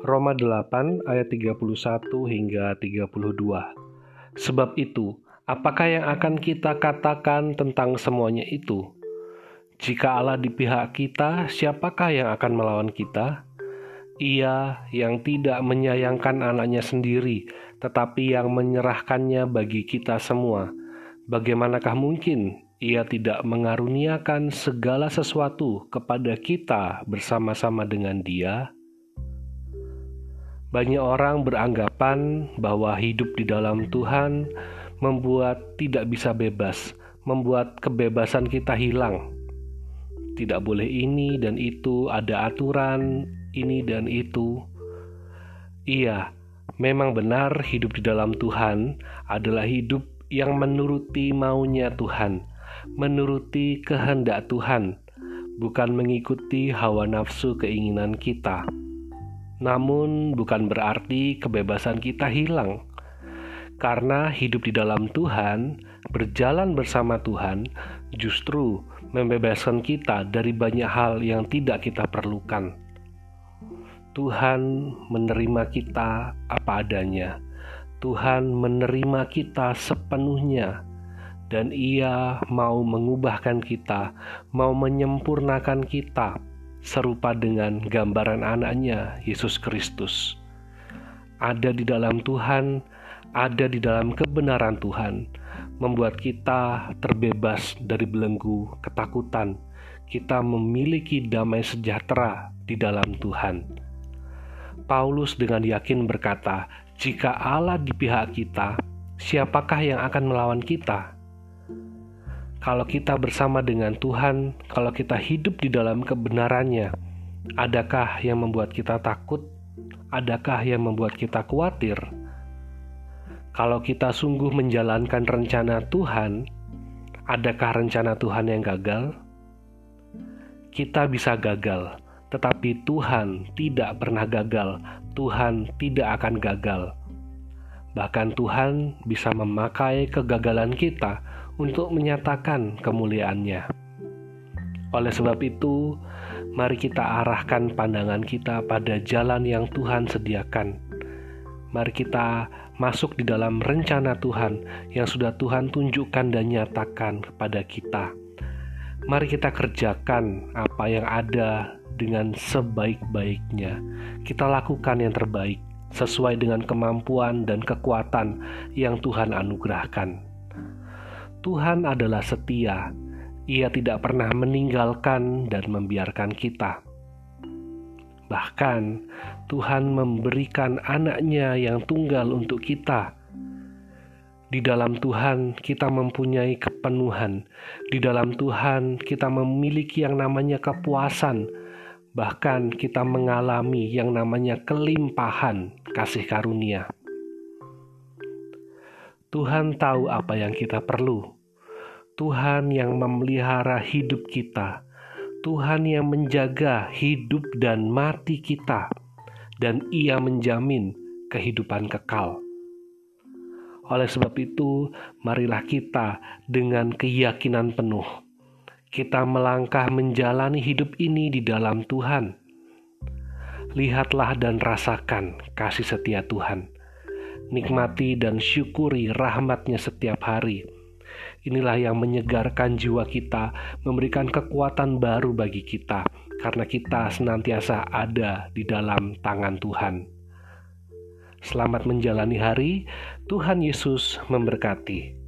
Roma 8 ayat 31 hingga 32. Sebab itu, apakah yang akan kita katakan tentang semuanya itu? Jika Allah di pihak kita, siapakah yang akan melawan kita? Ia yang tidak menyayangkan anaknya sendiri, tetapi yang menyerahkannya bagi kita semua. Bagaimanakah mungkin Ia tidak mengaruniakan segala sesuatu kepada kita bersama-sama dengan Dia? Banyak orang beranggapan bahwa hidup di dalam Tuhan membuat tidak bisa bebas, membuat kebebasan kita hilang. Tidak boleh ini dan itu, ada aturan ini dan itu. Iya, memang benar hidup di dalam Tuhan adalah hidup yang menuruti maunya Tuhan, menuruti kehendak Tuhan, bukan mengikuti hawa nafsu keinginan kita. Namun bukan berarti kebebasan kita hilang. Karena hidup di dalam Tuhan, berjalan bersama Tuhan, justru membebaskan kita dari banyak hal yang tidak kita perlukan. Tuhan menerima kita apa adanya. Tuhan menerima kita sepenuhnya. Dan Ia mau mengubahkan kita, mau menyempurnakan kita, serupa dengan gambaran anaknya, Yesus Kristus. Ada di dalam Tuhan, ada di dalam kebenaran Tuhan, membuat kita terbebas dari belenggu ketakutan. Kita memiliki damai sejahtera di dalam Tuhan. Paulus dengan yakin berkata, jika Allah di pihak kita, siapakah yang akan melawan kita? Kalau kita bersama dengan Tuhan, kalau kita hidup di dalam kebenarannya, adakah yang membuat kita takut? Adakah yang membuat kita khawatir? Kalau kita sungguh menjalankan rencana Tuhan, adakah rencana Tuhan yang gagal? Kita bisa gagal, tetapi Tuhan tidak pernah gagal. Tuhan tidak akan gagal. Bahkan Tuhan bisa memakai kegagalan kita untuk menyatakan kemuliaan-Nya. Oleh sebab itu, mari kita arahkan pandangan kita pada jalan yang Tuhan sediakan. Mari kita masuk di dalam rencana Tuhan yang sudah Tuhan tunjukkan dan nyatakan kepada kita. Mari kita kerjakan apa yang ada dengan sebaik-baiknya. Kita lakukan yang terbaik sesuai dengan kemampuan dan kekuatan yang Tuhan anugerahkan. Tuhan adalah setia. Ia tidak pernah meninggalkan dan membiarkan kita. Bahkan Tuhan memberikan anaknya yang tunggal untuk kita. Di dalam Tuhan kita mempunyai kepenuhan. Di dalam Tuhan kita memiliki yang namanya kepuasan. Bahkan kita mengalami yang namanya kelimpahan kasih karunia. Tuhan tahu apa yang kita perlu. Tuhan yang memelihara hidup kita. Tuhan yang menjaga hidup dan mati kita. Dan Ia menjamin kehidupan kekal. Oleh sebab itu, marilah kita dengan keyakinan penuh. Kita melangkah menjalani hidup ini di dalam Tuhan. Lihatlah dan rasakan kasih setia Tuhan. Nikmati dan syukuri rahmat-Nya setiap hari. Inilah yang menyegarkan jiwa kita, memberikan kekuatan baru bagi kita, karena kita senantiasa ada di dalam tangan Tuhan. Selamat menjalani hari, Tuhan Yesus memberkati.